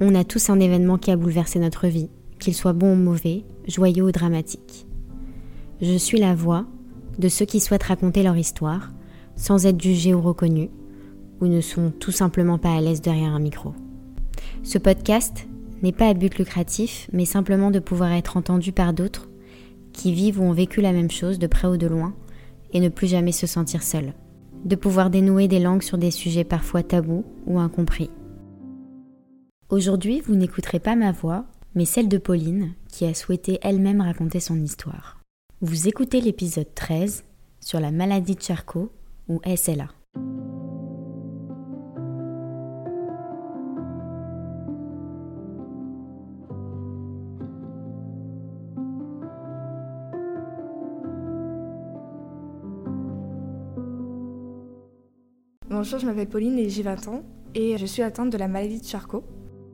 On a tous un événement qui a bouleversé notre vie, qu'il soit bon ou mauvais, joyeux ou dramatique. Je suis la voix de ceux qui souhaitent raconter leur histoire, sans être jugés ou reconnus, ou ne sont tout simplement pas à l'aise derrière un micro. Ce podcast n'est pas à but lucratif, mais simplement de pouvoir être entendu par d'autres qui vivent ou ont vécu la même chose de près ou de loin, et ne plus jamais se sentir seul. De pouvoir dénouer des langues sur des sujets parfois tabous ou incompris. Aujourd'hui, vous n'écouterez pas ma voix, mais celle de Pauline, qui a souhaité elle-même raconter son histoire. Vous écoutez l'épisode 13 sur la maladie de Charcot, ou SLA. Bonjour, je m'appelle Pauline et j'ai 20 ans et je suis atteinte de la maladie de Charcot.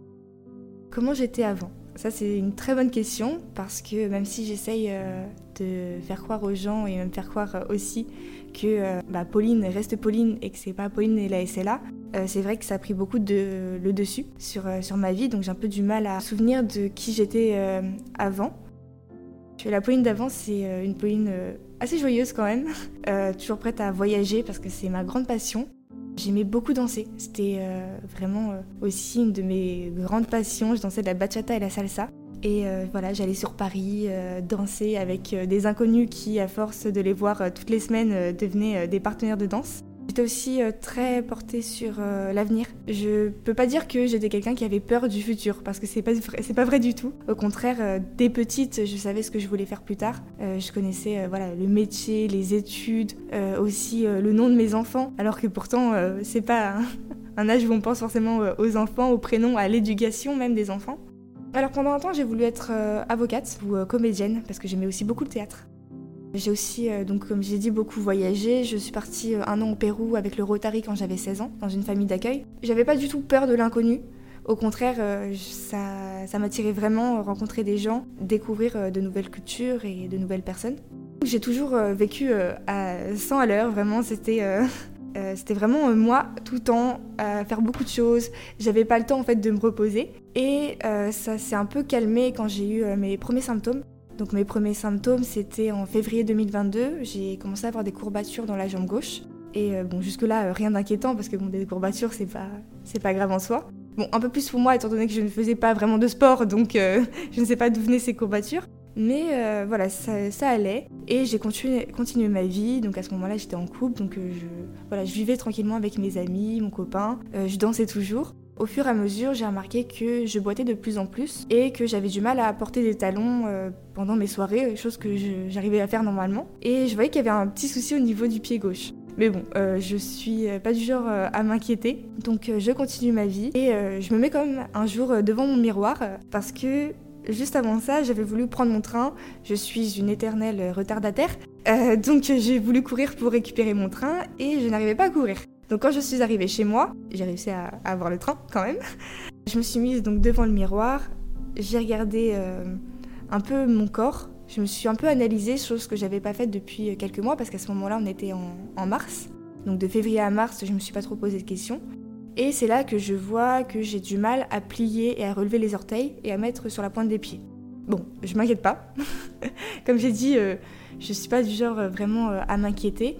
Comment j'étais avant ? Ça, c'est une très bonne question parce que même si j'essaye de faire croire aux gens et même faire croire aussi que Pauline reste Pauline et que c'est pas Pauline et la SLA, c'est vrai que ça a pris beaucoup le dessus sur ma vie, donc j'ai un peu du mal à me souvenir de qui j'étais avant. La Pauline d'avant, c'est une Pauline assez joyeuse quand même, toujours prête à voyager parce que c'est ma grande passion. J'aimais beaucoup danser, c'était vraiment aussi une de mes grandes passions. Je dansais de la bachata et la salsa. Et j'allais sur Paris danser avec des inconnus qui, à force de les voir toutes les semaines, devenaient des partenaires de danse. J'étais aussi très portée sur l'avenir. Je peux pas dire que j'étais quelqu'un qui avait peur du futur, parce que c'est pas vrai du tout. Au contraire, dès petite, je savais ce que je voulais faire plus tard. Je connaissais le métier, les études, aussi le nom de mes enfants, alors que pourtant, c'est pas un âge où on pense forcément aux enfants, au prénom, à l'éducation même des enfants. Alors pendant un temps, j'ai voulu être avocate ou comédienne, parce que j'aimais aussi beaucoup le théâtre. J'ai aussi, comme j'ai dit, beaucoup voyagé. Je suis partie 1 an au Pérou avec le Rotary quand j'avais 16 ans, dans une famille d'accueil. J'avais pas du tout peur de l'inconnu. Au contraire, ça m'attirait vraiment, rencontrer des gens, découvrir de nouvelles cultures et de nouvelles personnes. J'ai toujours vécu à 100 à l'heure, vraiment, c'était vraiment moi, tout le temps, à faire beaucoup de choses. J'avais pas le temps en fait de me reposer. Et ça s'est un peu calmé quand j'ai eu mes premiers symptômes. Donc mes premiers symptômes, c'était en février 2022. J'ai commencé à avoir des courbatures dans la jambe gauche. Et jusque-là, rien d'inquiétant parce que des courbatures, c'est pas grave en soi. Bon, un peu plus pour moi, étant donné que je ne faisais pas vraiment de sport, donc je ne sais pas d'où venaient ces courbatures. Mais ça allait. Et j'ai continué ma vie. Donc à ce moment-là, j'étais en couple. Donc je vivais tranquillement avec mes amis, mon copain. Je dansais toujours. Au fur et à mesure, j'ai remarqué que je boitais de plus en plus et que j'avais du mal à porter des talons pendant mes soirées, chose que j'arrivais à faire normalement. Et je voyais qu'il y avait un petit souci au niveau du pied gauche. Mais bon, je suis pas du genre à m'inquiéter, donc je continue ma vie. Et je me mets quand même un jour devant mon miroir parce que juste avant ça, j'avais voulu prendre mon train. Je suis une éternelle retardataire, donc j'ai voulu courir pour récupérer mon train et je n'arrivais pas à courir. Donc quand je suis arrivée chez moi, j'ai réussi à avoir le train quand même. Je me suis mise donc devant le miroir, j'ai regardé un peu mon corps. Je me suis un peu analysée, chose que j'avais pas faite depuis quelques mois parce qu'à ce moment-là on était en mars. Donc de février à mars, je me suis pas trop posé de questions. Et c'est là que je vois que j'ai du mal à plier et à relever les orteils et à mettre sur la pointe des pieds. Bon, je m'inquiète pas. Comme j'ai dit, je suis pas du genre vraiment à m'inquiéter.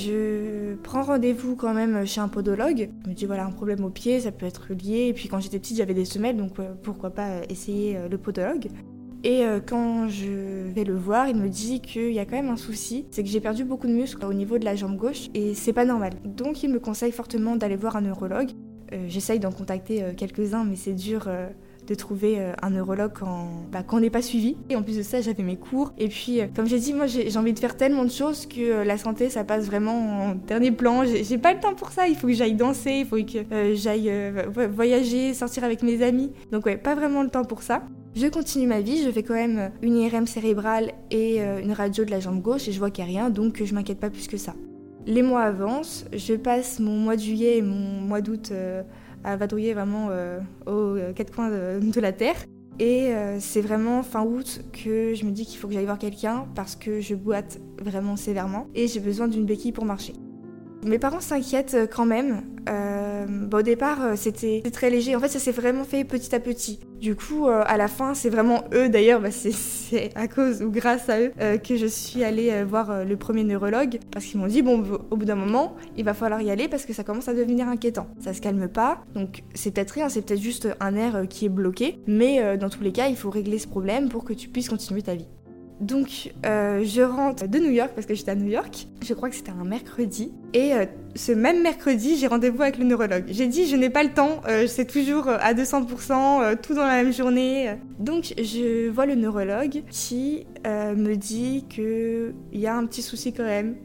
Je prends rendez-vous quand même chez un podologue. Je me dis un problème au pied, ça peut être lié. Et puis quand j'étais petite, j'avais des semelles, donc pourquoi pas essayer le podologue. Et quand je vais le voir, il me dit qu'il y a quand même un souci, c'est que j'ai perdu beaucoup de muscles au niveau de la jambe gauche et c'est pas normal. Donc il me conseille fortement d'aller voir un neurologue. J'essaye d'en contacter quelques-uns, mais c'est dur de trouver un neurologue quand on n'est pas suivi. Et en plus de ça, j'avais mes cours. Et puis, comme j'ai dit, moi, j'ai envie de faire tellement de choses que la santé, ça passe vraiment en dernier plan. J'ai pas le temps pour ça. Il faut que j'aille danser, il faut que j'aille voyager, sortir avec mes amis. Donc pas vraiment le temps pour ça. Je continue ma vie, je fais quand même une IRM cérébrale et une radio de la jambe gauche et je vois qu'il n'y a rien, donc je m'inquiète pas plus que ça. Les mois avancent, je passe mon mois de juillet et mon mois d'août à vadrouiller vraiment aux quatre coins de la Terre. Et c'est vraiment fin août que je me dis qu'il faut que j'aille voir quelqu'un parce que je boite vraiment sévèrement et j'ai besoin d'une béquille pour marcher. Mes parents s'inquiètent quand même, au départ, c'était très léger. En fait, ça s'est vraiment fait petit à petit. Du coup, à la fin, c'est vraiment eux, d'ailleurs, c'est à cause ou grâce à eux que je suis allée voir le premier neurologue. Parce qu'ils m'ont dit, bon, au bout d'un moment, il va falloir y aller parce que ça commence à devenir inquiétant. Ça se calme pas, donc c'est peut-être rien, c'est peut-être juste un nerf qui est bloqué. Mais dans tous les cas, il faut régler ce problème pour que tu puisses continuer ta vie. Donc je rentre de New York parce que j'étais à New York, je crois que c'était un mercredi, et ce même mercredi j'ai rendez-vous avec le neurologue. J'ai dit je n'ai pas le temps, c'est toujours à 200%, tout dans la même journée. Donc je vois le neurologue qui me dit qu'il y a un petit souci quand même,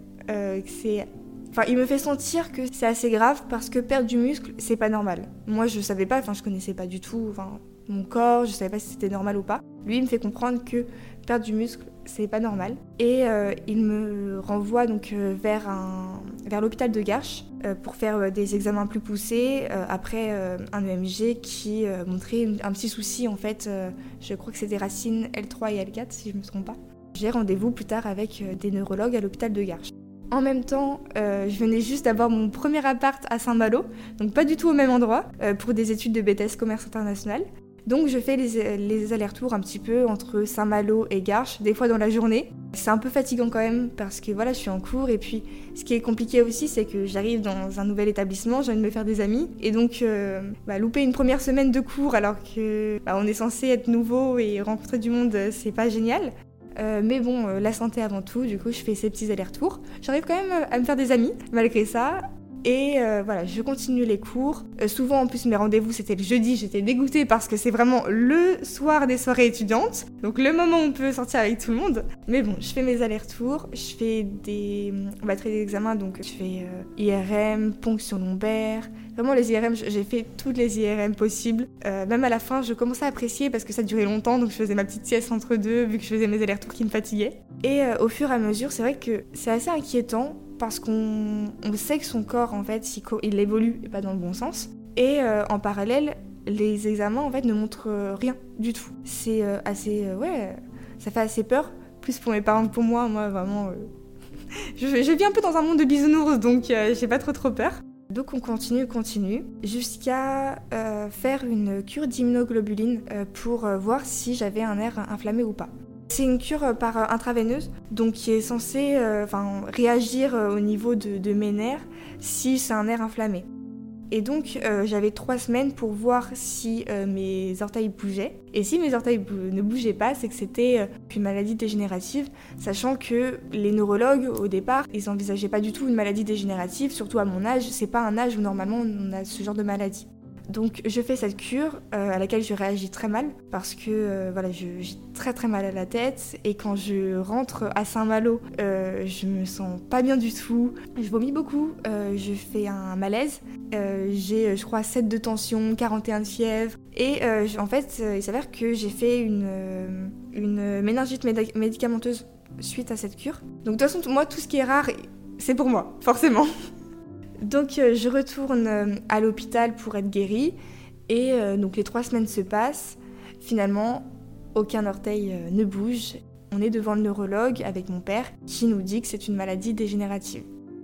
il me fait sentir que c'est assez grave parce que perdre du muscle, c'est pas normal. Moi je savais pas, je connaissais pas du tout mon corps, je savais pas si c'était normal ou pas. Lui il me fait comprendre que perdre du muscle, c'est pas normal. Et il me renvoie donc vers l'hôpital de Garches pour faire des examens plus poussés après un EMG qui montrait un petit souci en fait. Je crois que c'est des racines L3 et L4 si je me trompe pas. J'ai rendez-vous plus tard avec des neurologues à l'hôpital de Garches. En même temps, je venais juste d'avoir mon premier appart à Saint-Malo, donc pas du tout au même endroit, pour des études de BTS Commerce International. Donc je fais les allers-retours un petit peu entre Saint-Malo et Garches, des fois dans la journée. C'est un peu fatigant quand même parce que voilà, je suis en cours et puis ce qui est compliqué aussi c'est que j'arrive dans un nouvel établissement, j'ai envie de me faire des amis et donc louper une première semaine de cours alors que on est censé être nouveau et rencontrer du monde, c'est pas génial. Mais bon, la santé avant tout, du coup je fais ces petits allers-retours. J'arrive quand même à me faire des amis malgré ça. Et voilà, je continue les cours. Souvent, en plus, mes rendez-vous, c'était le jeudi. J'étais dégoûtée parce que c'est vraiment le soir des soirées étudiantes. Donc, le moment où on peut sortir avec tout le monde. Mais bon, je fais mes allers-retours. Je fais des examens. Donc, je fais IRM, ponction lombaire. Vraiment, les IRM, j'ai fait toutes les IRM possibles. Même à la fin, je commençais à apprécier parce que ça durait longtemps. Donc, je faisais ma petite sieste entre deux, vu que je faisais mes allers-retours qui me fatiguaient. Et au fur et à mesure, c'est vrai que c'est assez inquiétant. Parce qu'on sait que son corps, en fait, il évolue et pas dans le bon sens. Et en parallèle, les examens, en fait, ne montrent rien du tout. C'est ça fait assez peur. Plus pour mes parents que pour moi. Moi, vraiment, je vis un peu dans un monde de bisounours, donc j'ai pas trop peur. Donc on continue, jusqu'à faire une cure d'immunoglobuline pour voir si j'avais un nerf inflammé ou pas. C'est une cure par intraveineuse, donc qui est censée réagir au niveau de mes nerfs si c'est un nerf inflammé. Et donc j'avais 3 semaines pour voir si mes orteils bougeaient. Et si mes orteils ne bougeaient pas, c'est que c'était une maladie dégénérative, sachant que les neurologues, au départ, ils n'envisageaient pas du tout une maladie dégénérative, surtout à mon âge. C'est pas un âge où normalement on a ce genre de maladie. Donc je fais cette cure à laquelle je réagis très mal parce que j'ai très mal à la tête et quand je rentre à Saint-Malo, je me sens pas bien du tout. Je vomis beaucoup, je fais un malaise, j'ai je crois 7 de tension, 41 de fièvre et en fait il s'avère que j'ai fait une méningite médicamenteuse suite à cette cure. Donc de toute façon moi tout ce qui est rare c'est pour moi, forcément. Donc je retourne à l'hôpital pour être guérie et donc les 3 semaines se passent. Finalement, aucun orteil ne bouge. On est devant le neurologue avec mon père qui nous dit que c'est une maladie dégénérative.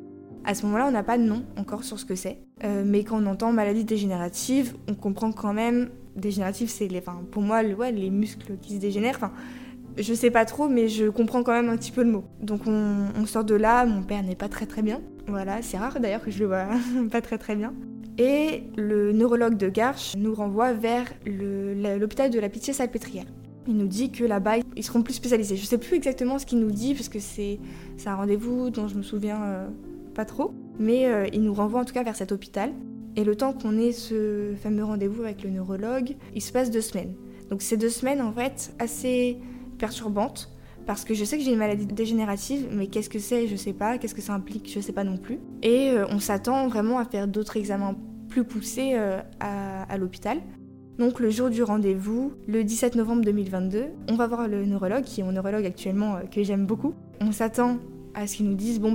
À ce moment-là, on n'a pas de nom encore sur ce que c'est. Mais quand on entend maladie dégénérative, on comprend quand même... Dégénérative, c'est pour moi les muscles qui se dégénèrent. Je sais pas trop, mais je comprends quand même un petit peu le mot. Donc on sort de là, mon père n'est pas très bien. Voilà, c'est rare d'ailleurs que je le vois pas très bien. Et le neurologue de Garches nous renvoie vers l'hôpital de la Pitié-Salpêtrière. Il nous dit que là-bas, ils seront plus spécialisés. Je sais plus exactement ce qu'il nous dit, parce que c'est un rendez-vous dont je me souviens pas trop. Mais il nous renvoie en tout cas vers cet hôpital. Et le temps qu'on ait ce fameux rendez-vous avec le neurologue, il se passe 2 semaines. Donc c'est 2 semaines en fait assez perturbantes. Parce que je sais que j'ai une maladie dégénérative, mais qu'est-ce que c'est, je sais pas. Qu'est-ce que ça implique, je sais pas non plus. Et on s'attend vraiment à faire d'autres examens plus poussés à l'hôpital. Donc le jour du rendez-vous, le 17 novembre 2022, on va voir le neurologue, qui est mon neurologue actuellement, que j'aime beaucoup. On s'attend à ce qu'ils nous disent,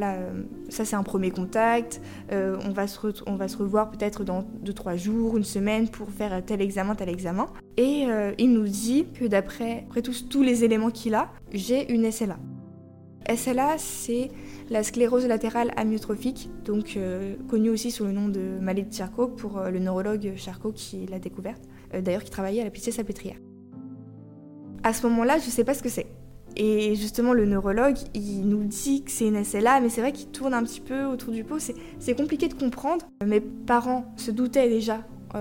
ça c'est un premier contact, on va se revoir peut-être dans 2-3 jours, une semaine pour faire tel examen. Et il nous dit que d'après tous les éléments qu'il a, j'ai une SLA. SLA, c'est la sclérose latérale amyotrophique, donc connue aussi sous le nom de maladie de Charcot pour le neurologue Charcot qui l'a découverte, d'ailleurs qui travaillait à la Pitié-Salpêtrière. À ce moment-là, je ne sais pas ce que c'est. Et justement, le neurologue, il nous dit que c'est une SLA, mais c'est vrai qu'il tourne un petit peu autour du pot. C'est compliqué de comprendre. Mes parents se doutaient déjà,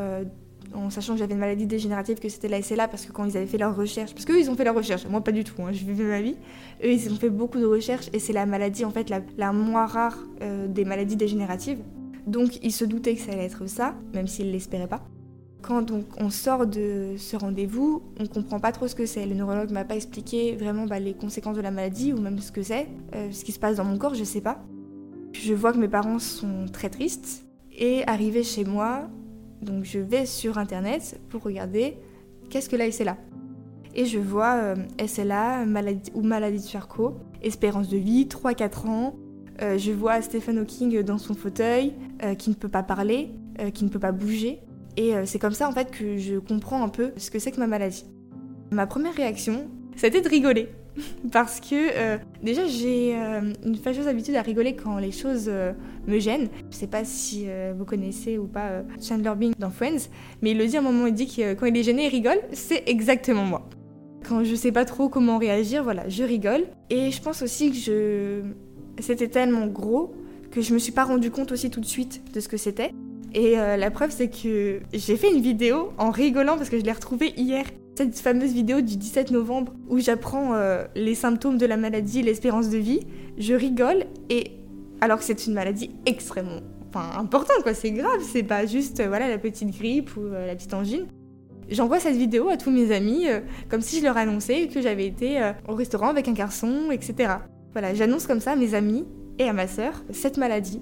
en sachant que j'avais une maladie dégénérative, que c'était la SLA, parce que quand ils avaient fait leurs recherches, parce qu'eux, ils ont fait leurs recherches, moi pas du tout, je vivais ma vie. Eux, ils ont fait beaucoup de recherches, et c'est la maladie, en fait, la moins rare des maladies dégénératives. Donc, ils se doutaient que ça allait être ça, même s'ils ne l'espéraient pas. Quand donc, on sort de ce rendez-vous, on ne comprend pas trop ce que c'est. Le neurologue ne m'a pas expliqué vraiment les conséquences de la maladie ou même ce que c'est. Ce qui se passe dans mon corps, je ne sais pas. Je vois que mes parents sont très tristes. Et arrivé chez moi, donc je vais sur Internet pour regarder qu'est-ce que la SLA. Et je vois SLA, maladie de Charcot, espérance de vie, 3-4 ans. Je vois Stephen Hawking dans son fauteuil, qui ne peut pas parler, qui ne peut pas bouger. Et c'est comme ça en fait que je comprends un peu ce que c'est que ma maladie. Ma première réaction, c'était de rigoler. Parce que déjà j'ai une fâcheuse habitude à rigoler quand les choses me gênent. Je sais pas si vous connaissez ou pas Chandler Bing dans Friends, mais il le dit à un moment, il dit que quand il est gêné, il rigole. C'est exactement moi. Quand je sais pas trop comment réagir, voilà, je rigole. Et je pense aussi que c'était tellement gros que je me suis pas rendu compte aussi tout de suite de ce que c'était. Et la preuve, c'est que j'ai fait une vidéo en rigolant parce que je l'ai retrouvée hier. Cette fameuse vidéo du 17 novembre où j'apprends les symptômes de la maladie, l'espérance de vie. Je rigole et alors que c'est une maladie extrêmement importante, quoi. C'est grave, c'est pas juste la petite grippe ou la petite angine. J'envoie cette vidéo à tous mes amis comme si je leur annonçais que j'avais été au restaurant avec un garçon, etc. Voilà, j'annonce comme ça à mes amis et à ma sœur cette maladie.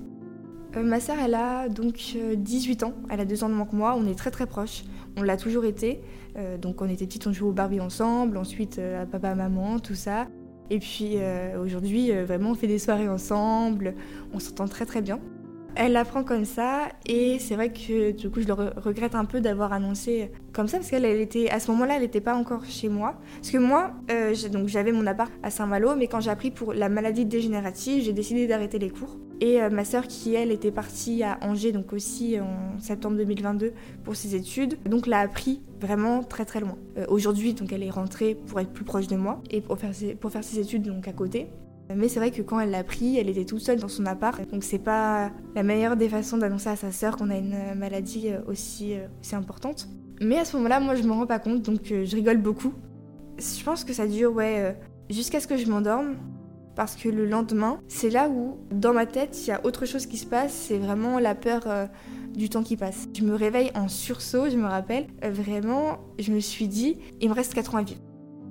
Ma sœur, elle a donc 18 ans, elle a 2 ans de moins que moi, on est très très proches, on l'a toujours été. Donc on était petites, on jouait au Barbie ensemble, ensuite à papa, maman, tout ça. Et puis aujourd'hui, vraiment on fait des soirées ensemble, on s'entend très très bien. Elle l'apprend comme ça et c'est vrai que du coup je le regrette un peu d'avoir annoncé comme ça parce qu'elle était à ce moment-là elle n'était pas encore chez moi. Parce que moi j'avais mon appart à Saint-Malo mais quand j'ai appris pour la maladie dégénérative j'ai décidé d'arrêter les cours. Et ma sœur qui elle était partie à Angers donc aussi en septembre 2022 pour ses études donc l'a appris vraiment très très loin. Aujourd'hui donc elle est rentrée pour être plus proche de moi et pour faire ses études donc à côté. Mais c'est vrai que quand elle l'a pris, elle était toute seule dans son appart. Donc c'est pas la meilleure des façons d'annoncer à sa sœur qu'on a une maladie aussi importante. Mais à ce moment-là, moi je me rends pas compte, donc je rigole beaucoup. Je pense que ça dure jusqu'à ce que je m'endorme. Parce que le lendemain, c'est là où, dans ma tête, il y a autre chose qui se passe. C'est vraiment la peur du temps qui passe. Je me réveille en sursaut, je me rappelle. Vraiment, je me suis dit, il me reste 4 ans à vivre.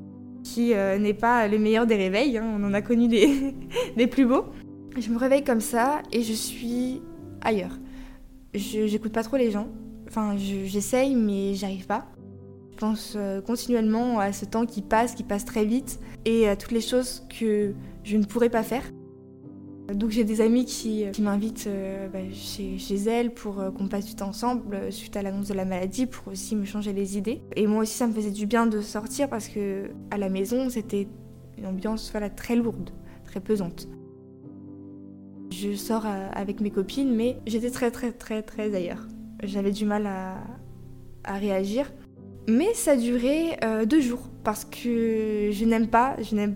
Qui n'est pas le meilleur des réveils, hein, on en a connu des plus beaux. Je me réveille comme ça et je suis ailleurs. J'écoute pas trop les gens, j'essaye mais j'arrive pas. Je pense continuellement à ce temps qui passe très vite et à toutes les choses que je ne pourrais pas faire. Donc j'ai des amis qui m'invitent chez elles pour qu'on passe du temps ensemble suite à l'annonce de la maladie pour aussi me changer les idées. Et moi aussi ça me faisait du bien de sortir parce que à la maison c'était une ambiance très lourde, très pesante. Je sors avec mes copines mais j'étais très très très très ailleurs. J'avais du mal à réagir. Mais ça durait 2 jours parce que je n'aime pas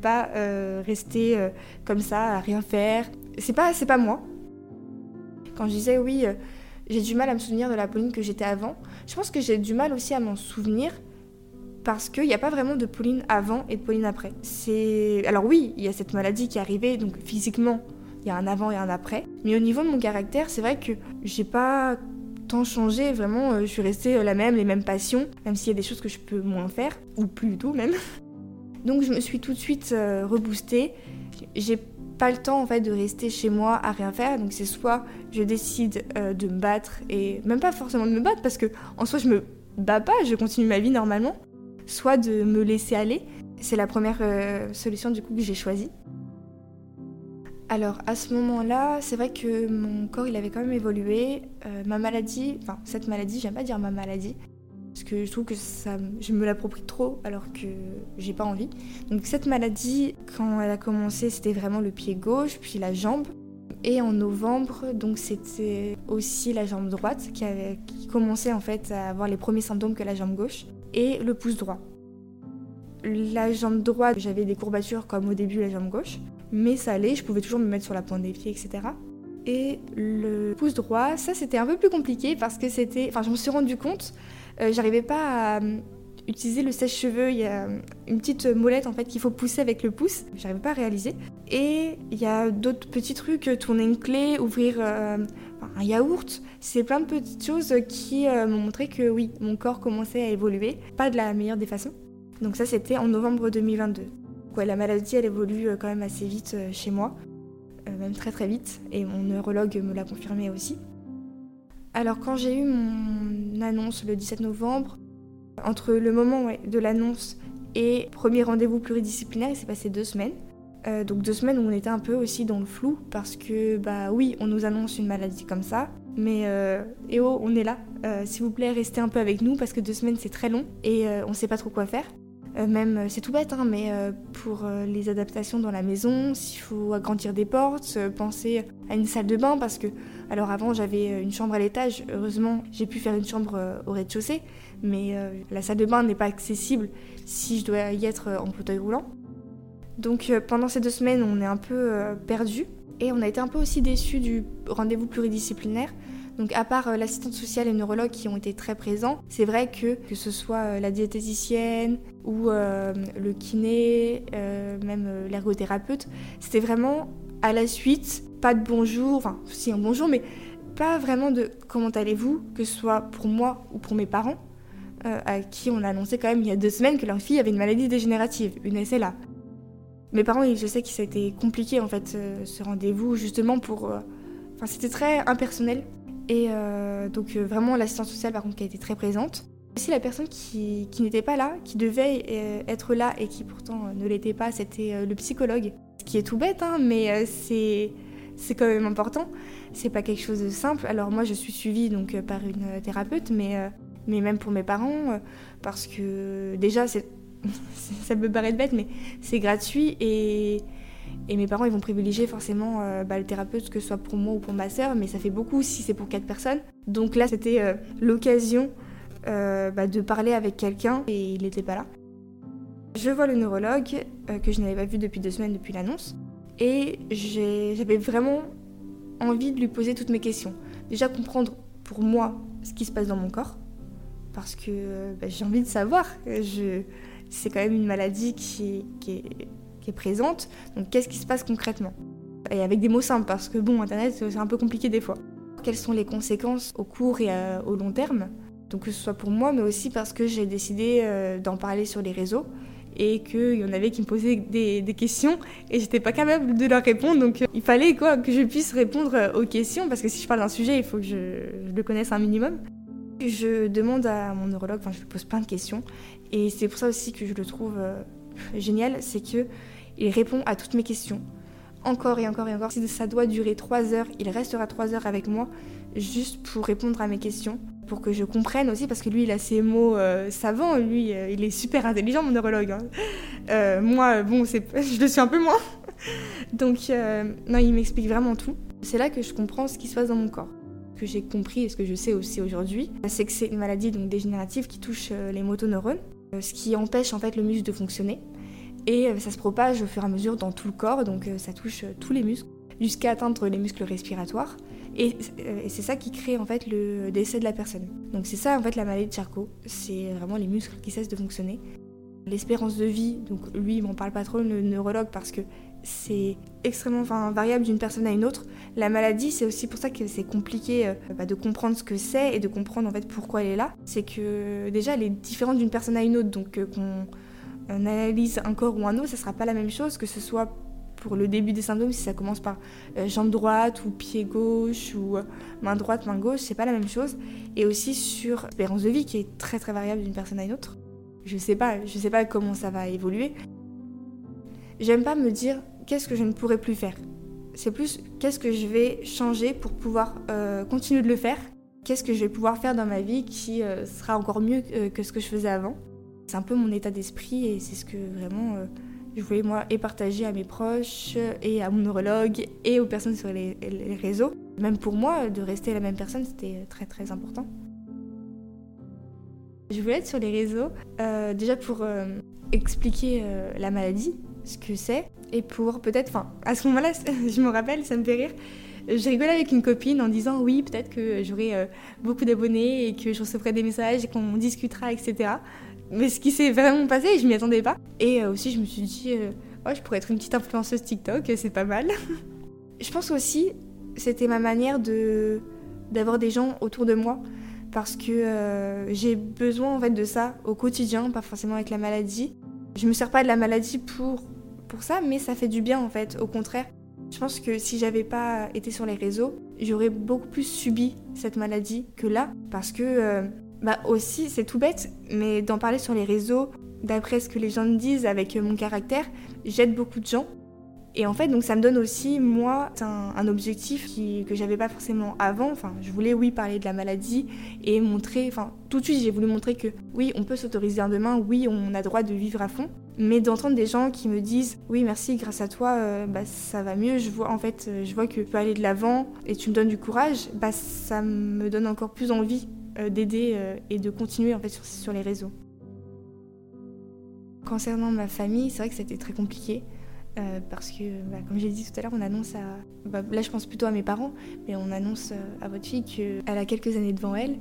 rester comme ça à rien faire. C'est pas moi. Quand je disais oui, j'ai du mal à me souvenir de la Pauline que j'étais avant, je pense que j'ai du mal aussi à m'en souvenir parce qu'il n'y a pas vraiment de Pauline avant et de Pauline après. Alors oui, il y a cette maladie qui est arrivée, donc physiquement, il y a un avant et un après. Mais au niveau de mon caractère, c'est vrai que j'ai pas tant changé, vraiment, je suis restée la même, les mêmes passions, même s'il y a des choses que je peux moins faire, ou plus du tout même. Donc je me suis tout de suite reboostée. J'ai pas le temps en fait de rester chez moi à rien faire, donc c'est soit je décide de me battre, et même pas forcément de me battre parce que en soi je me bats pas, je continue ma vie normalement, soit de me laisser aller. C'est la première solution du coup que j'ai choisie. Alors à ce moment-là, c'est vrai que mon corps il avait quand même évolué. Ma maladie, cette maladie, j'aime pas dire ma maladie, Parce que je trouve que je me l'approprie trop alors que j'ai pas envie. Donc cette maladie, quand elle a commencé, c'était vraiment le pied gauche, puis la jambe. Et en novembre, donc c'était aussi la jambe droite qui commençait en fait à avoir les premiers symptômes que la jambe gauche, et le pouce droit. La jambe droite, j'avais des courbatures comme au début la jambe gauche, mais ça allait, je pouvais toujours me mettre sur la pointe des pieds, etc. Et le pouce droit, ça c'était un peu plus compliqué parce que je me suis rendu compte, j'arrivais pas à utiliser le sèche-cheveux, il y a une petite molette en fait qu'il faut pousser avec le pouce, j'arrivais pas à réaliser. Et il y a d'autres petits trucs, tourner une clé, ouvrir un yaourt, c'est plein de petites choses qui m'ont montré que oui, mon corps commençait à évoluer, pas de la meilleure des façons. Donc ça c'était en novembre 2022. Ouais, la maladie elle évolue quand même assez vite chez moi, même très très vite, et mon neurologue me l'a confirmé aussi. Alors quand j'ai eu mon annonce le 17 novembre, entre le moment de l'annonce et premier rendez-vous pluridisciplinaire, il s'est passé 2 semaines. Donc 2 semaines où on était un peu aussi dans le flou parce que oui, on nous annonce une maladie comme ça, mais on est là. S'il vous plaît, restez un peu avec nous parce que 2 semaines c'est très long et on sait pas trop quoi faire. Même, c'est tout bête, hein, mais pour les adaptations dans la maison, s'il faut agrandir des portes, penser à une salle de bain, parce que, alors avant j'avais une chambre à l'étage, heureusement j'ai pu faire une chambre au rez-de-chaussée, mais la salle de bain n'est pas accessible si je dois y être en fauteuil roulant. Donc pendant ces 2 semaines, on est un peu perdu, et on a été un peu aussi déçus du rendez-vous pluridisciplinaire. Donc à part l'assistante sociale et le neurologue qui ont été très présents, c'est vrai que ce soit la diététicienne ou le kiné, même l'ergothérapeute, c'était vraiment à la suite, pas de bonjour, enfin si un bonjour, mais pas vraiment de comment allez-vous, que ce soit pour moi ou pour mes parents, à qui on a annoncé quand même il y a 2 semaines que leur fille avait une maladie dégénérative, une SLA. Mes parents, je sais que ça a été compliqué en fait ce rendez-vous, justement pour... c'était très impersonnel. Et donc vraiment l'assistante sociale par contre qui a été très présente. Aussi la personne qui n'était pas là, qui devait être là et qui pourtant ne l'était pas, c'était le psychologue. Ce qui est tout bête, hein, mais c'est quand même important. C'est pas quelque chose de simple. Alors moi je suis suivie donc, par une thérapeute, mais même pour mes parents, parce que déjà ça peut paraître bête, mais c'est gratuit et mes parents, ils vont privilégier forcément le thérapeute, que ce soit pour moi ou pour ma sœur, mais ça fait beaucoup si c'est pour 4 personnes. Donc là, c'était l'occasion de parler avec quelqu'un et il n'était pas là. Je vois le neurologue, que je n'avais pas vu depuis 2 semaines depuis l'annonce, et j'avais vraiment envie de lui poser toutes mes questions. Déjà comprendre pour moi ce qui se passe dans mon corps, parce que j'ai envie de savoir. C'est quand même une maladie qui est présente, donc qu'est-ce qui se passe concrètement? Et avec des mots simples, parce que Internet c'est un peu compliqué des fois. Quelles sont les conséquences au court et au long terme? Donc que ce soit pour moi, mais aussi parce que j'ai décidé d'en parler sur les réseaux, et qu'il y en avait qui me posaient des questions, et j'étais pas capable de leur répondre, donc il fallait que je puisse répondre aux questions, parce que si je parle d'un sujet, il faut que je le connaisse un minimum. Je demande à mon neurologue, je lui pose plein de questions, et c'est pour ça aussi que je le trouve génial, c'est que il répond à toutes mes questions, encore et encore et encore. Si ça doit durer 3 heures, il restera 3 heures avec moi, juste pour répondre à mes questions, pour que je comprenne aussi, parce que lui, il a ses mots savants, lui, il est super intelligent, mon neurologue. Hein. Moi, je le suis un peu moins. Donc, non, il m'explique vraiment tout. C'est là que je comprends ce qui se passe dans mon corps. Ce que j'ai compris et ce que je sais aussi aujourd'hui, c'est que c'est une maladie donc, dégénérative qui touche les motoneurones, ce qui empêche en fait le muscle de fonctionner. Et ça se propage au fur et à mesure dans tout le corps, donc ça touche tous les muscles, jusqu'à atteindre les muscles respiratoires. Et c'est ça qui crée en fait le décès de la personne. Donc c'est ça en fait la maladie de Charcot, c'est vraiment les muscles qui cessent de fonctionner. L'espérance de vie, donc lui il m'en parle pas trop, le neurologue, parce que c'est extrêmement variable d'une personne à une autre. La maladie, c'est aussi pour ça que c'est compliqué de comprendre ce que c'est et de comprendre en fait pourquoi elle est là. C'est que déjà elle est différente d'une personne à une autre, donc qu'on analyse un corps ou un autre, ça sera pas la même chose, que ce soit pour le début des symptômes, si ça commence par jambe droite ou pied gauche ou main droite, main gauche, c'est pas la même chose. Et aussi sur l'espérance de vie qui est très très variable d'une personne à une autre. Je sais pas comment ça va évoluer. J'aime pas me dire qu'est-ce que je ne pourrai plus faire. C'est plus qu'est-ce que je vais changer pour pouvoir continuer de le faire Qu'est-ce que je vais pouvoir faire dans ma vie qui sera encore mieux que ce que je faisais avant? C'est un peu mon état d'esprit et c'est ce que vraiment je voulais moi et partager à mes proches et à mon neurologue et aux personnes sur les réseaux. Même pour moi, de rester la même personne, c'était très très important. Je voulais être sur les réseaux déjà pour expliquer la maladie, ce que c'est, et pour peut-être, à ce moment-là, je me rappelle, ça me fait rire, je rigolais avec une copine en disant oui, peut-être que j'aurai beaucoup d'abonnés et que je recevrai des messages et qu'on discutera, etc. Mais ce qui s'est vraiment passé, je m'y attendais pas. Et aussi, je me suis dit, je pourrais être une petite influenceuse TikTok, c'est pas mal. Je pense aussi, c'était ma manière d'avoir des gens autour de moi. Parce que j'ai besoin en fait de ça au quotidien, pas forcément avec la maladie. Je me sers pas de la maladie pour ça, mais ça fait du bien en fait, au contraire. Je pense que si j'avais pas été sur les réseaux, j'aurais beaucoup plus subi cette maladie que là. Parce que aussi, c'est tout bête, mais d'en parler sur les réseaux, d'après ce que les gens me disent avec mon caractère, j'aide beaucoup de gens. Et en fait, donc ça me donne aussi, moi, un objectif que j'avais pas forcément avant. Je voulais, oui, parler de la maladie et montrer, tout de suite, j'ai voulu montrer que, oui, on peut s'autoriser un demain, oui, on a droit de vivre à fond. Mais d'entendre des gens qui me disent, oui, merci, grâce à toi, ça va mieux, je vois que tu peux aller de l'avant et tu me donnes du courage, ça me donne encore plus envie d'aider et de continuer, en fait, sur les réseaux. Concernant ma famille, c'est vrai que c'était très compliqué. Parce que, comme j'ai dit tout à l'heure, on annonce là je pense plutôt à mes parents, mais on annonce à votre fille qu'elle a quelques années devant elle.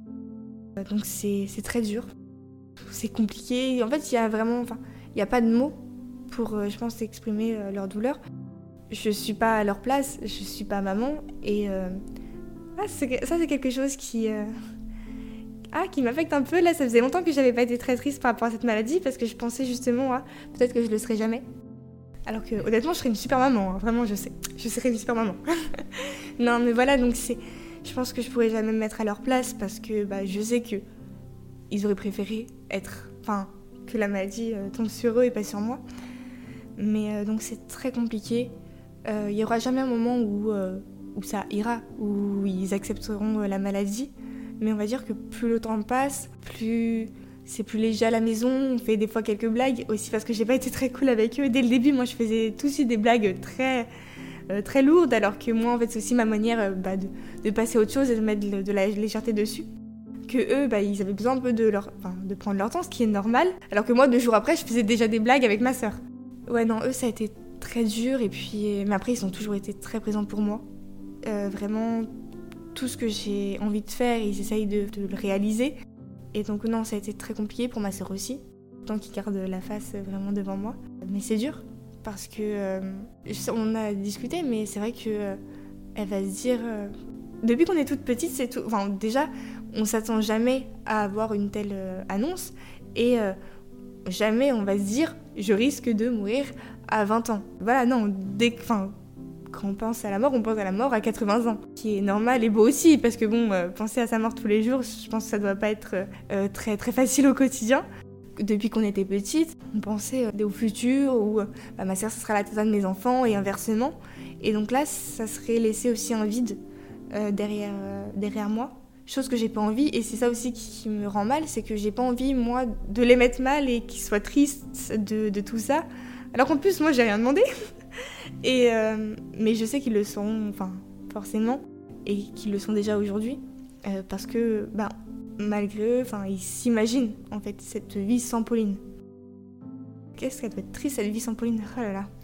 Donc c'est très dur, c'est compliqué. En fait, il y a pas de mots pour, je pense, exprimer leur douleur. Je suis pas à leur place, je suis pas maman, et ça c'est quelque chose qui m'affecte un peu. Là, ça faisait longtemps que j'avais pas été très triste par rapport à cette maladie, parce que je pensais justement, peut-être que je le serais jamais. Alors que, honnêtement, je serais une super maman, vraiment, je sais. Je serais une super maman. Non, mais voilà, donc je pense que je pourrais jamais me mettre à leur place parce que je sais qu'ils auraient préféré que la maladie tombe sur eux et pas sur moi. Mais donc c'est très compliqué. Il n'y aura jamais un moment où ça ira, où ils accepteront la maladie. Mais on va dire que plus le temps passe, plus c'est plus léger à la maison, on fait des fois quelques blagues, aussi parce que j'ai pas été très cool avec eux. Dès le début, moi je faisais tout de suite des blagues très, très lourdes, alors que moi en fait c'est aussi ma manière de passer à autre chose et de mettre de la légèreté dessus. Que eux, ils avaient besoin un peu de prendre leur temps, ce qui est normal, alors que moi 2 jours après je faisais déjà des blagues avec ma sœur. Ouais, non, eux ça a été très dur, mais après ils ont toujours été très présents pour moi. Vraiment, tout ce que j'ai envie de faire, ils essayent de le réaliser. Et donc non, ça a été très compliqué pour ma sœur aussi, tant qu'ils gardent la face vraiment devant moi. Mais c'est dur, parce que on a discuté, mais c'est vrai que elle va se dire, depuis qu'on est toute petite, c'est tout. Déjà, on s'attend jamais à avoir une telle annonce, et jamais on va se dire, je risque de mourir à 20 ans. Voilà, non, quand on pense à la mort à 80 ans, qui est normal et beau aussi, parce que penser à sa mort tous les jours, je pense que ça doit pas être très, très facile au quotidien. Depuis qu'on était petite, on pensait au futur, où ma sœur, ce sera la tata de mes enfants, et inversement. Et donc là, ça serait laisser aussi un vide derrière moi, chose que j'ai pas envie, et c'est ça aussi qui me rend mal, c'est que j'ai pas envie, moi, de les mettre mal et qu'ils soient tristes de tout ça, alors qu'en plus, moi, j'ai rien demandé. Mais je sais qu'ils le sont, forcément, et qu'ils le sont déjà aujourd'hui, parce que, malgré eux, ils s'imaginent, en fait, cette vie sans Pauline. Qu'est-ce qu'elle doit être triste, cette vie sans Pauline, oh là là.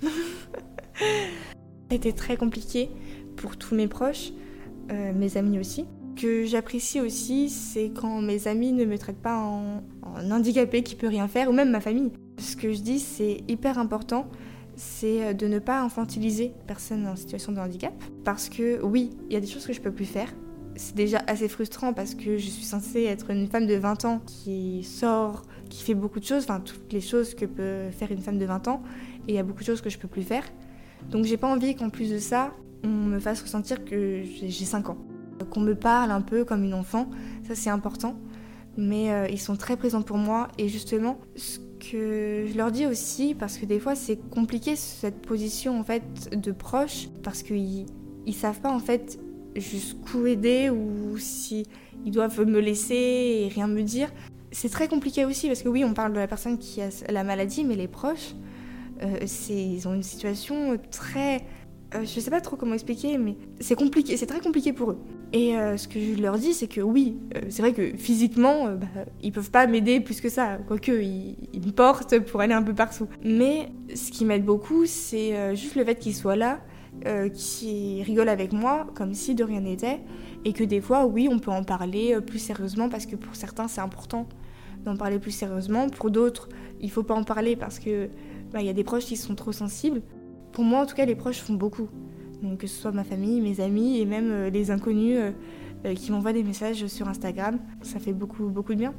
C'était très compliqué pour tous mes proches, mes amis aussi. Ce que j'apprécie aussi, c'est quand mes amis ne me traitent pas en handicapée qui peut rien faire, ou même ma famille. Ce que je dis, c'est hyper important, c'est de ne pas infantiliser personne en situation de handicap. Parce que oui, il y a des choses que je peux plus faire. C'est déjà assez frustrant parce que je suis censée être une femme de 20 ans qui sort, qui fait beaucoup de choses, toutes les choses que peut faire une femme de 20 ans. Et il y a beaucoup de choses que je peux plus faire. Donc j'ai pas envie qu'en plus de ça, on me fasse ressentir que j'ai 5 ans. Qu'on me parle un peu comme une enfant, ça c'est important. Mais ils sont très présents pour moi, et justement, ce que je leur dis aussi, parce que des fois c'est compliqué cette position en fait de proche, parce qu'ils savent pas en fait jusqu'où aider ou si ils doivent me laisser et rien me dire. C'est très compliqué aussi parce que oui, on parle de la personne qui a la maladie, mais les proches, ils ont une situation très... je sais pas trop comment expliquer, mais c'est compliqué, c'est très compliqué pour eux. Et ce que je leur dis, c'est que oui, c'est vrai que physiquement, ils peuvent pas m'aider plus que ça, quoique ils me portent pour aller un peu partout. Mais ce qui m'aide beaucoup, c'est juste le fait qu'ils soient là, qu'ils rigolent avec moi, comme si de rien n'était, et que des fois, oui, on peut en parler plus sérieusement, parce que pour certains, c'est important d'en parler plus sérieusement. Pour d'autres, il faut pas en parler parce que y a des proches qui sont trop sensibles. Pour moi, en tout cas, les proches font beaucoup. Donc, que ce soit ma famille, mes amis et même les inconnus qui m'envoient des messages sur Instagram, ça fait beaucoup, beaucoup de bien.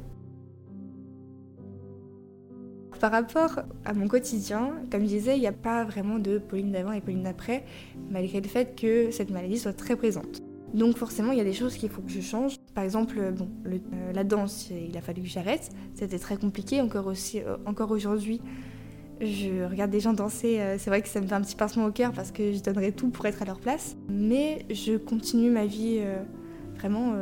Par rapport à mon quotidien, comme je disais, il n'y a pas vraiment de Pauline d'avant et Pauline d'après, malgré le fait que cette maladie soit très présente. Donc forcément, il y a des choses qu'il faut que je change. Par exemple, la danse, il a fallu que j'arrête. C'était très compliqué, encore aujourd'hui. Je regarde des gens danser, c'est vrai que ça me fait un petit pincement au cœur parce que je donnerais tout pour être à leur place. Mais je continue ma vie vraiment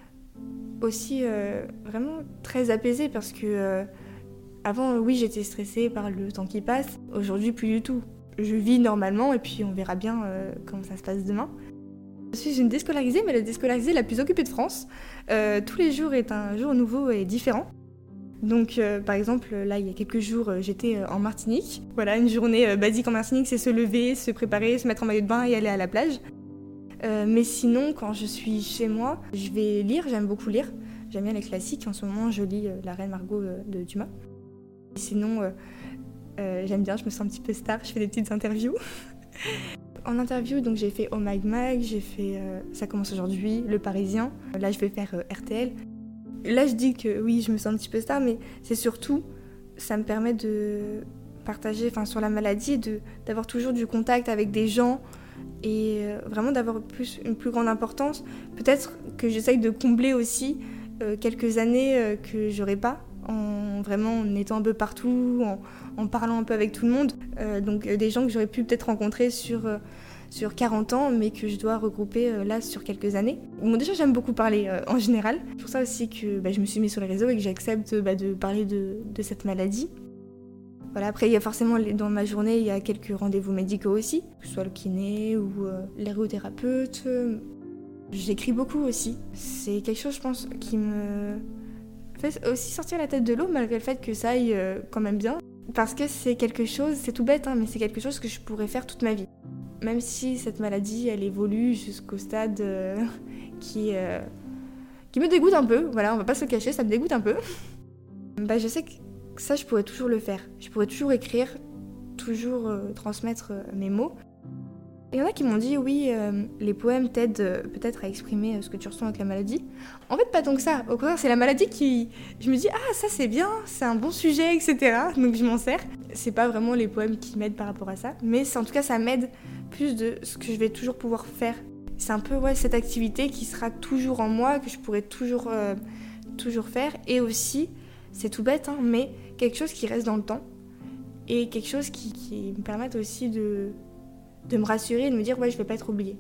aussi vraiment très apaisée parce que avant, oui, j'étais stressée par le temps qui passe. Aujourd'hui, plus du tout. Je vis normalement et puis on verra bien comment ça se passe demain. Je suis une déscolarisée, mais la déscolarisée la plus occupée de France. Tous les jours est un jour nouveau et différent. Donc, par exemple, là, il y a quelques jours, j'étais en Martinique. Voilà, une journée basique en Martinique, c'est se lever, se préparer, se mettre en maillot de bain et aller à la plage. Mais sinon, quand je suis chez moi, je vais lire, j'aime beaucoup lire. J'aime bien les classiques. En ce moment, je lis La Reine Margot de Dumas. Sinon, j'aime bien, je me sens un petit peu star, je fais des petites interviews. En interview, donc j'ai fait Oh My Mag, j'ai fait Ça commence aujourd'hui, Le Parisien. Là, je vais faire RTL. Là, je dis que oui, je me sens un petit peu star, mais c'est surtout, ça me permet de partager sur la maladie, d'avoir toujours du contact avec des gens et vraiment d'avoir une plus grande importance. Peut-être que j'essaye de combler aussi quelques années que j'aurais pas, en étant un peu partout, en parlant un peu avec tout le monde. Donc des gens que j'aurais pu peut-être rencontrer sur 40 ans, mais que je dois regrouper là sur quelques années. Bon, déjà, j'aime beaucoup parler en général. C'est pour ça aussi que je me suis mise sur les réseaux et que j'accepte de parler de cette maladie. Voilà, après, il y a forcément, dans ma journée, il y a quelques rendez-vous médicaux aussi, que ce soit le kiné ou l'ergothérapeute. J'écris beaucoup aussi. C'est quelque chose, je pense, qui me fait aussi sortir la tête de l'eau, malgré le fait que ça aille quand même bien. Parce que c'est quelque chose, c'est tout bête, mais c'est quelque chose que je pourrais faire toute ma vie. Même si cette maladie, elle évolue jusqu'au stade qui me dégoûte un peu. Voilà, on va pas se le cacher, ça me dégoûte un peu. Je sais que ça, je pourrais toujours le faire. Je pourrais toujours écrire, toujours transmettre mes mots. Il y en a qui m'ont dit, oui, les poèmes t'aident peut-être à exprimer ce que tu ressens avec la maladie. En fait, pas tant que ça. Au contraire, c'est la maladie qui... Je me dis, ah, ça c'est bien, c'est un bon sujet, etc. Donc je m'en sers. C'est pas vraiment les poèmes qui m'aident par rapport à ça. Mais en tout cas, ça m'aide plus de ce que je vais toujours pouvoir faire. C'est un peu cette activité qui sera toujours en moi, que je pourrai toujours faire. Et aussi, c'est tout bête, mais quelque chose qui reste dans le temps. Et quelque chose qui me permette aussi de me rassurer et de me dire je vais pas être oubliée.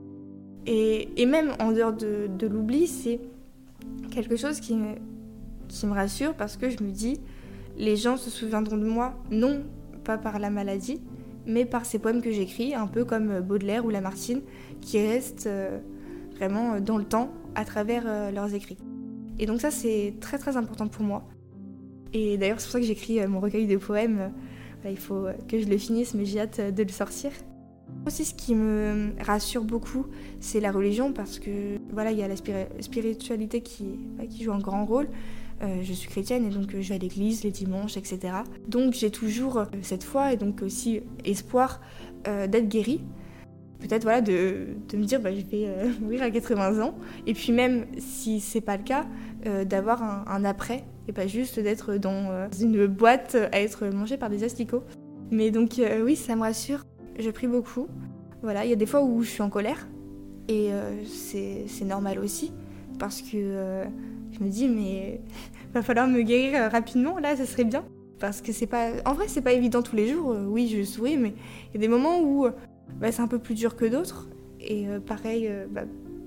Et même en dehors de l'oubli, c'est quelque chose qui me rassure parce que je me dis les gens se souviendront de moi, non pas par la maladie, mais par ces poèmes que j'écris, un peu comme Baudelaire ou Lamartine, qui restent vraiment dans le temps à travers leurs écrits. Et donc ça, c'est très très important pour moi. Et d'ailleurs, c'est pour ça que j'écris mon recueil de poèmes. Il faut que je le finisse, mais j'ai hâte de le sortir. Aussi, ce qui me rassure beaucoup, c'est la religion, parce que il y a la spiritualité qui joue un grand rôle. Je suis chrétienne et donc je vais à l'église les dimanches, etc. Donc j'ai toujours cette foi et donc aussi espoir d'être guérie. Peut-être de me dire je vais mourir à 80 ans. Et puis même si c'est pas le cas, d'avoir un après et pas juste d'être dans une boîte à être mangée par des asticots. Mais donc oui, ça me rassure. Je prie beaucoup. Voilà, il y a des fois où je suis en colère et c'est normal aussi parce que je me dis mais va falloir me guérir rapidement là, ça serait bien parce que c'est pas évident tous les jours. Oui, je souris, mais il y a des moments où c'est un peu plus dur que d'autres et pareil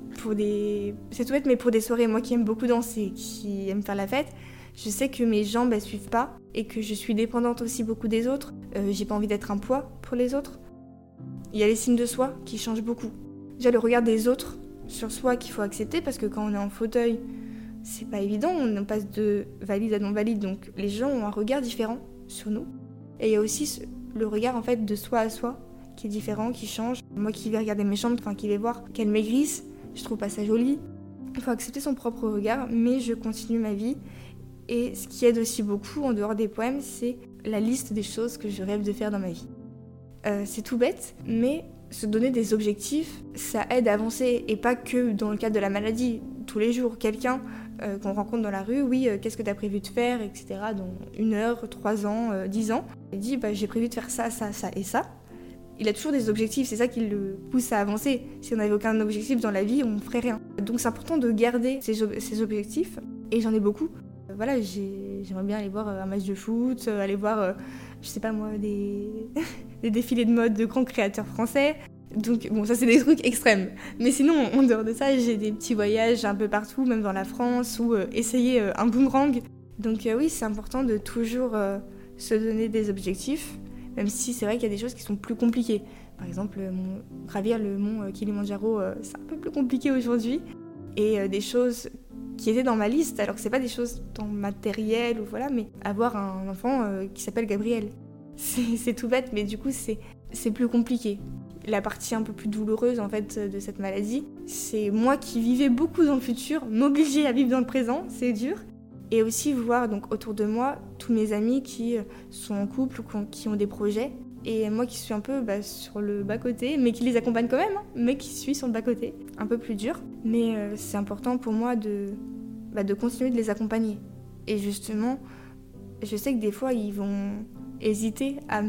C'est tout bête, mais pour des soirées, moi qui aime beaucoup danser, qui aime faire la fête, je sais que mes jambes, elles suivent pas et que je suis dépendante aussi beaucoup des autres. J'ai pas envie d'être un poids pour les autres. Il y a les signes de soi qui changent beaucoup. Déjà, le regard des autres sur soi qu'il faut accepter parce que quand on est en fauteuil, c'est pas évident, on passe de valide à non valide, donc les gens ont un regard différent sur nous. Et il y a aussi le regard en fait de soi à soi qui est différent, qui change. Moi qui vais regarder mes jambes, qui vais voir qu'elles maigrissent, je trouve pas ça joli. Il faut accepter son propre regard, mais je continue ma vie. Et ce qui aide aussi beaucoup, en dehors des poèmes, c'est la liste des choses que je rêve de faire dans ma vie. C'est tout bête, mais se donner des objectifs, ça aide à avancer, et pas que dans le cadre de la maladie. Tous les jours, quelqu'un qu'on rencontre dans la rue, oui, qu'est-ce que tu as prévu de faire, etc., dans 1 heure, 3 ans, 10 ans. Il dit, j'ai prévu de faire ça, ça, ça et ça. Il a toujours des objectifs, c'est ça qui le pousse à avancer. Si on n'avait aucun objectif dans la vie, on ne ferait rien. Donc c'est important de garder ces objectifs, et j'en ai beaucoup. Voilà, j'aimerais bien aller voir un match de foot, aller voir, je sais pas moi, des défilés de mode de grands créateurs français. Donc bon, ça c'est des trucs extrêmes. Mais sinon, en dehors de ça, j'ai des petits voyages un peu partout, même dans la France, ou essayer un boomerang. Donc oui, c'est important de toujours se donner des objectifs, même si c'est vrai qu'il y a des choses qui sont plus compliquées. Par exemple, gravir le mont Kilimandjaro, c'est un peu plus compliqué aujourd'hui. Et des choses qui étaient dans ma liste, alors que c'est pas des choses dans matériel ou voilà, mais avoir un enfant qui s'appelle Gabriel. C'est tout bête, mais du coup c'est plus compliqué. La partie un peu plus douloureuse en fait de cette maladie, c'est moi qui vivais beaucoup dans le futur, m'obliger à vivre dans le présent, c'est dur. Et aussi voir donc autour de moi tous mes amis qui sont en couple ou qui ont des projets. Et moi qui suis un peu sur le bas-côté, mais qui les accompagne quand même, mais qui suis sur le bas-côté. Un peu plus dur. Mais c'est important pour moi de continuer de les accompagner. Et justement, je sais que des fois, ils vont hésiter à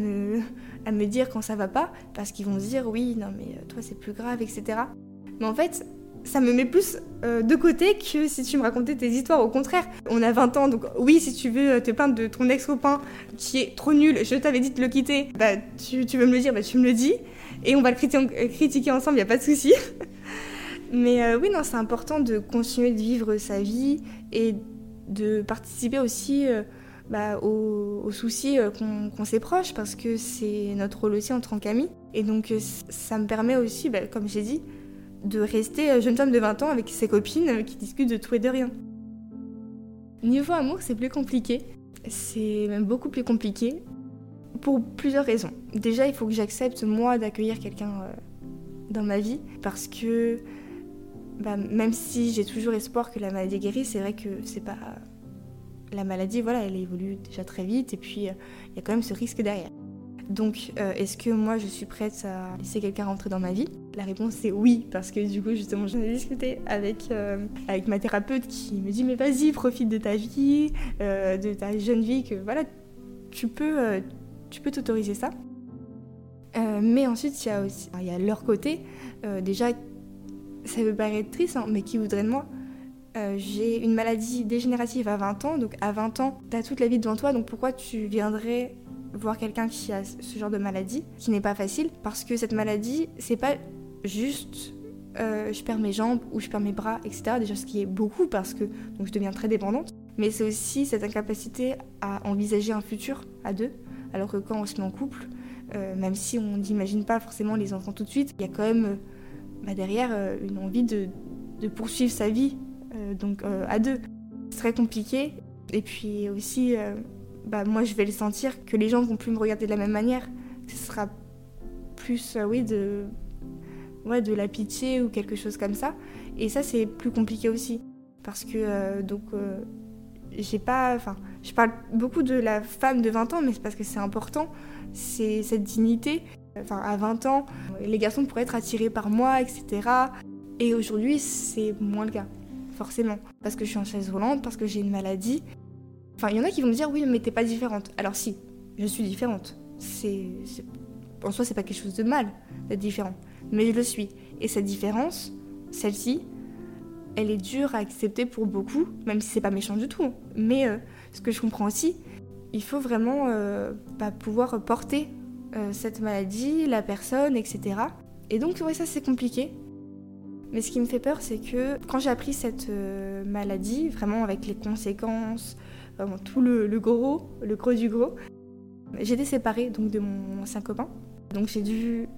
me dire quand ça va pas, parce qu'ils vont se dire, oui, non mais toi c'est plus grave, etc. Mais en fait, ça me met plus de côté que si tu me racontais tes histoires. Au contraire, on a 20 ans, donc oui, si tu veux te plaindre de ton ex-copain qui est trop nul, je t'avais dit de le quitter, tu veux me le dire, tu me le dis, et on va le critiquer ensemble, y a pas de souci. Mais oui, non, c'est important de continuer de vivre sa vie et de participer aussi aux soucis qu'ont ses proches, parce que c'est notre rôle aussi en tant qu'amis. Et donc ça me permet aussi, comme j'ai dit, de rester jeune femme de 20 ans avec ses copines qui discutent de tout et de rien. Niveau amour, c'est plus compliqué. C'est même beaucoup plus compliqué pour plusieurs raisons. Déjà, il faut que j'accepte, moi, d'accueillir quelqu'un dans ma vie, parce que même si j'ai toujours espoir que la maladie guérisse, c'est vrai que c'est pas... La maladie, voilà, elle évolue déjà très vite, et puis il y a quand même ce risque derrière. Donc, est-ce que moi, je suis prête à laisser quelqu'un rentrer dans ma vie ? La réponse, c'est oui, parce que du coup, justement, j'en ai discuté avec ma thérapeute qui me dit « Mais vas-y, profite de ta vie, de ta jeune vie, que voilà, tu peux t'autoriser ça. » Mais ensuite, il y a leur côté. Déjà, ça peut paraître triste, mais qui voudrait de moi ? J'ai une maladie dégénérative à 20 ans, donc à 20 ans, t'as toute la vie devant toi, donc pourquoi tu viendrais voir quelqu'un qui a ce genre de maladie, qui n'est pas facile, parce que cette maladie, c'est pas juste je perds mes jambes ou je perds mes bras, etc. Déjà, ce qui est beaucoup, parce que donc, je deviens très dépendante, mais c'est aussi cette incapacité à envisager un futur à deux, alors que quand on se met en couple, même si on n'imagine pas forcément les enfants tout de suite, il y a quand même derrière une envie de poursuivre sa vie, donc à deux. C'est très compliqué, et puis aussi... moi je vais le sentir que les gens vont plus me regarder de la même manière, ce sera plus de la pitié ou quelque chose comme ça, et ça c'est plus compliqué aussi parce que je parle beaucoup de la femme de 20 ans, mais c'est parce que c'est important, c'est cette dignité. À 20 ans, les garçons pourraient être attirés par moi, etc. Et aujourd'hui c'est moins le cas, forcément, parce que je suis en chaise roulante, parce que j'ai une maladie. Il y en a qui vont me dire « Oui, mais t'es pas différente ». Alors si, je suis différente. En soi, c'est pas quelque chose de mal d'être différent. Mais je le suis. Et cette différence, celle-ci, elle est dure à accepter pour beaucoup, même si c'est pas méchant du tout. Mais ce que je comprends aussi, il faut vraiment pouvoir porter cette maladie, la personne, etc. Et donc, ouais, ça, c'est compliqué. Mais ce qui me fait peur, c'est que quand j'ai appris cette maladie, vraiment avec les conséquences, vraiment tout le gros du gros, j'étais séparée donc, de mon ancien copain. Donc j'ai dû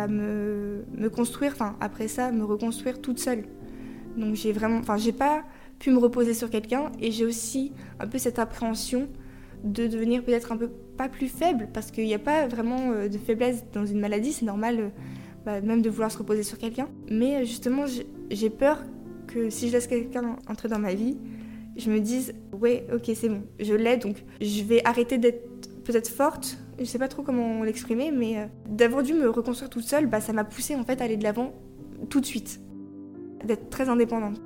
me construire, après ça, me reconstruire toute seule. Donc j'ai pas pu me reposer sur quelqu'un et j'ai aussi un peu cette appréhension de devenir peut-être un peu pas plus faible, parce qu'il n'y a pas vraiment de faiblesse dans une maladie, c'est normal même de vouloir se reposer sur quelqu'un. Mais justement, j'ai peur que si je laisse quelqu'un entrer dans ma vie, je me dise « ouais, ok, c'est bon, je l'ai, donc je vais arrêter d'être peut-être forte ». Je sais pas trop comment l'exprimer, mais d'avoir dû me reconstruire toute seule, ça m'a poussée en fait à aller de l'avant tout de suite, d'être très indépendante.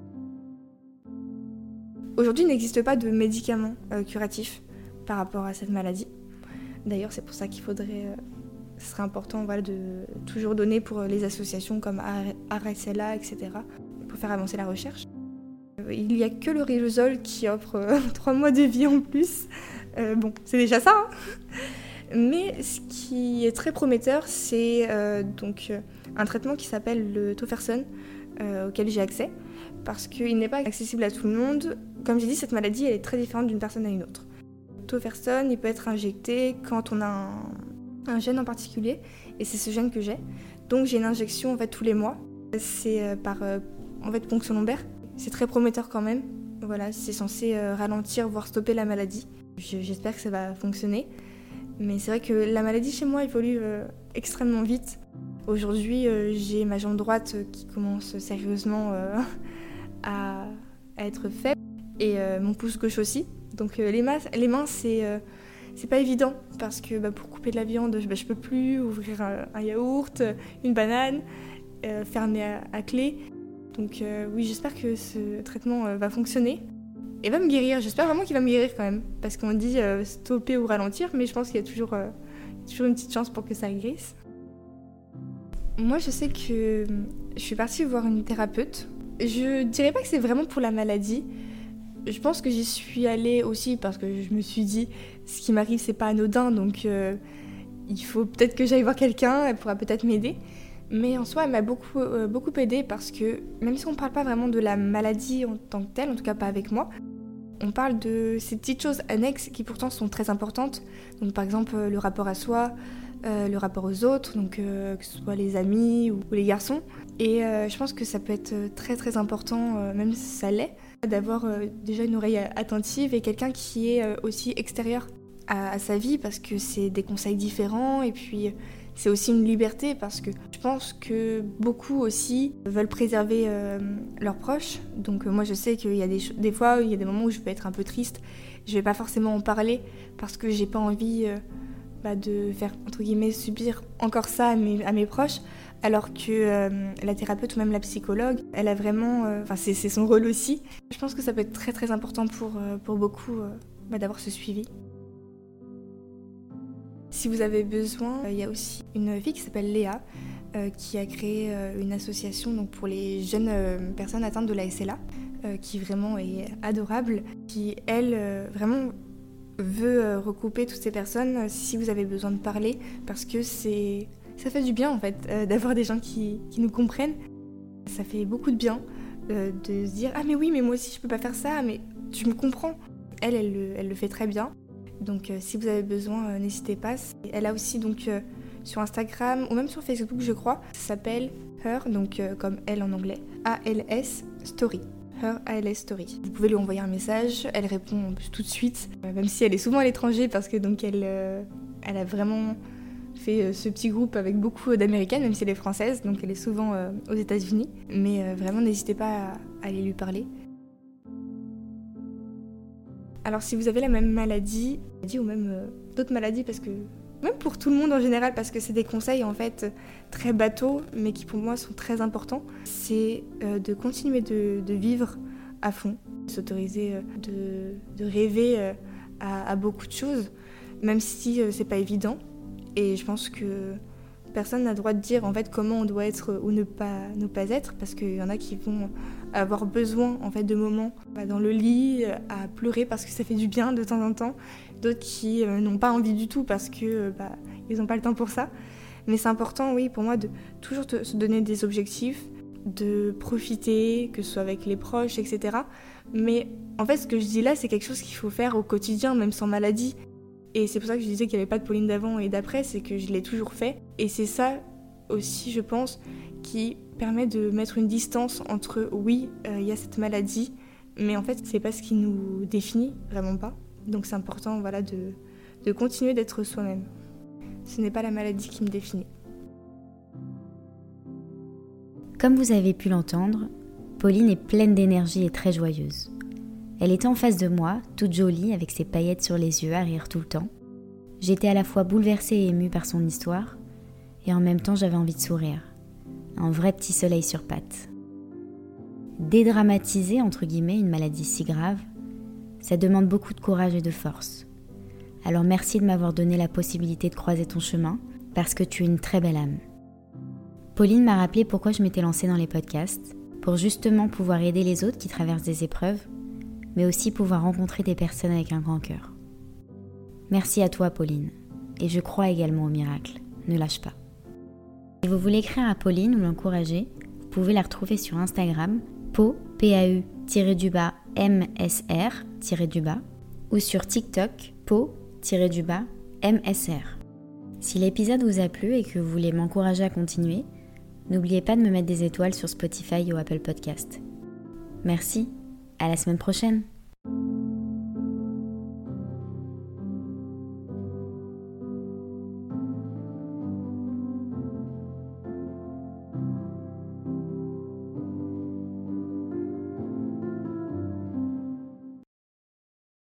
Aujourd'hui, il n'existe pas de médicaments curatifs par rapport à cette maladie. D'ailleurs, c'est pour ça qu'il faudrait, ce serait important de toujours donner pour les associations comme ARSLA, etc., pour faire avancer la recherche. Il n'y a que le Riluzole qui offre 3 mois de vie en plus. C'est déjà ça, hein. Mais ce qui est très prometteur, c'est un traitement qui s'appelle le Tofersen, auquel j'ai accès, parce qu'il n'est pas accessible à tout le monde. Comme j'ai dit, cette maladie, elle est très différente d'une personne à une autre. Tofersen, il peut être injecté quand on a un gène en particulier, et c'est ce gène que j'ai. Donc j'ai une injection en fait tous les mois. C'est par ponction lombaire. C'est très prometteur quand même. Voilà, c'est censé ralentir, voire stopper la maladie. J'espère que ça va fonctionner. Mais c'est vrai que la maladie chez moi évolue extrêmement vite. Aujourd'hui, j'ai ma jambe droite qui commence sérieusement à être faible, et mon pouce gauche aussi. Donc les mains, c'est pas évident, parce que pour couper de la viande, je peux plus ouvrir un yaourt, une banane, fermer à clé. Donc oui, j'espère que ce traitement va fonctionner et va me guérir. J'espère vraiment qu'il va me guérir quand même, parce qu'on dit stopper ou ralentir, mais je pense qu'il y a toujours une petite chance pour que ça guérisse. Moi, je sais que je suis partie voir une thérapeute. Je dirais pas que c'est vraiment pour la maladie. Je pense que j'y suis allée aussi parce que je me suis dit, ce qui m'arrive, c'est pas anodin, donc il faut peut-être que j'aille voir quelqu'un, elle pourra peut-être m'aider. Mais en soi, elle m'a beaucoup aidée, parce que même si on parle pas vraiment de la maladie en tant que telle, en tout cas pas avec moi, on parle de ces petites choses annexes qui pourtant sont très importantes. Donc par exemple, le rapport à soi, le rapport aux autres, donc que ce soit les amis ou les garçons. Et je pense que ça peut être très très important, même si ça l'est, d'avoir déjà une oreille attentive et quelqu'un qui est aussi extérieur à sa vie, parce que c'est des conseils différents, et puis c'est aussi une liberté, parce que je pense que beaucoup aussi veulent préserver leurs proches. Donc moi je sais qu'il y a des fois, il y a des moments où je peux être un peu triste, je vais pas forcément en parler parce que j'ai pas envie de faire entre guillemets subir encore ça à mes proches. Alors que la thérapeute ou même la psychologue, elle a vraiment... c'est son rôle aussi. Je pense que ça peut être très très important pour beaucoup d'avoir ce suivi. Si vous avez besoin, il y a aussi une fille qui s'appelle Léa, qui a créé une association donc, pour les jeunes personnes atteintes de la SLA, qui vraiment est adorable, qui elle vraiment veut recouper toutes ces personnes si vous avez besoin de parler, parce que ça fait du bien en fait d'avoir des gens qui nous comprennent. Ça fait beaucoup de bien de se dire « Ah mais oui, mais moi aussi je peux pas faire ça, mais tu me comprends ». Elle le fait très bien. Donc si vous avez besoin, n'hésitez pas. Elle a aussi donc sur Instagram ou même sur Facebook je crois, ça s'appelle Her, donc comme elle en anglais, ALS Story. Her ALS Story. Vous pouvez lui envoyer un message, elle répond tout de suite, même si elle est souvent à l'étranger, parce que donc elle a vraiment fait ce petit groupe avec beaucoup d'Américaines, même si elle est française, donc elle est souvent aux États-Unis. Mais vraiment n'hésitez pas à aller lui parler. Alors si vous avez la même maladie ou même d'autres maladies, parce que même pour tout le monde en général, parce que c'est des conseils en fait très bateaux, mais qui pour moi sont très importants, c'est de continuer de vivre à fond, s'autoriser de rêver à beaucoup de choses, même si c'est pas évident. Et je pense que personne n'a le droit de dire en fait comment on doit être ou ne pas être, parce qu'il y en a qui vont avoir besoin en fait de moments dans le lit à pleurer parce que ça fait du bien de temps en temps, d'autres qui n'ont pas envie du tout parce que ils n'ont pas le temps pour ça. Mais c'est important, oui, pour moi de toujours se donner des objectifs, de profiter, que ce soit avec les proches, etc. Mais en fait, ce que je dis là, c'est quelque chose qu'il faut faire au quotidien, même sans maladie. Et c'est pour ça que je disais qu'il n'y avait pas de Pauline d'avant et d'après, c'est que je l'ai toujours fait. Et c'est ça aussi, je pense, qui permet de mettre une distance entre oui, il y a cette maladie, mais en fait, c'est pas ce qui nous définit, vraiment pas. Donc c'est important de continuer d'être soi-même. Ce n'est pas la maladie qui me définit. Comme vous avez pu l'entendre, Pauline est pleine d'énergie et très joyeuse. Elle était en face de moi, toute jolie, avec ses paillettes sur les yeux, à rire tout le temps. J'étais à la fois bouleversée et émue par son histoire, et en même temps j'avais envie de sourire. Un vrai petit soleil sur pattes. Dédramatiser, entre guillemets, une maladie si grave, ça demande beaucoup de courage et de force. Alors merci de m'avoir donné la possibilité de croiser ton chemin, parce que tu es une très belle âme. Pauline m'a rappelé pourquoi je m'étais lancée dans les podcasts, pour justement pouvoir aider les autres qui traversent des épreuves, mais aussi pouvoir rencontrer des personnes avec un grand cœur. Merci à toi, Pauline, et je crois également au miracle. Ne lâche pas. Si vous voulez écrire à Pauline ou l'encourager, vous pouvez la retrouver sur Instagram, PAU-MSR- ou sur TikTok, PAU-MSR. Si l'épisode vous a plu et que vous voulez m'encourager à continuer, n'oubliez pas de me mettre des étoiles sur Spotify ou Apple Podcast. Merci, à la semaine prochaine.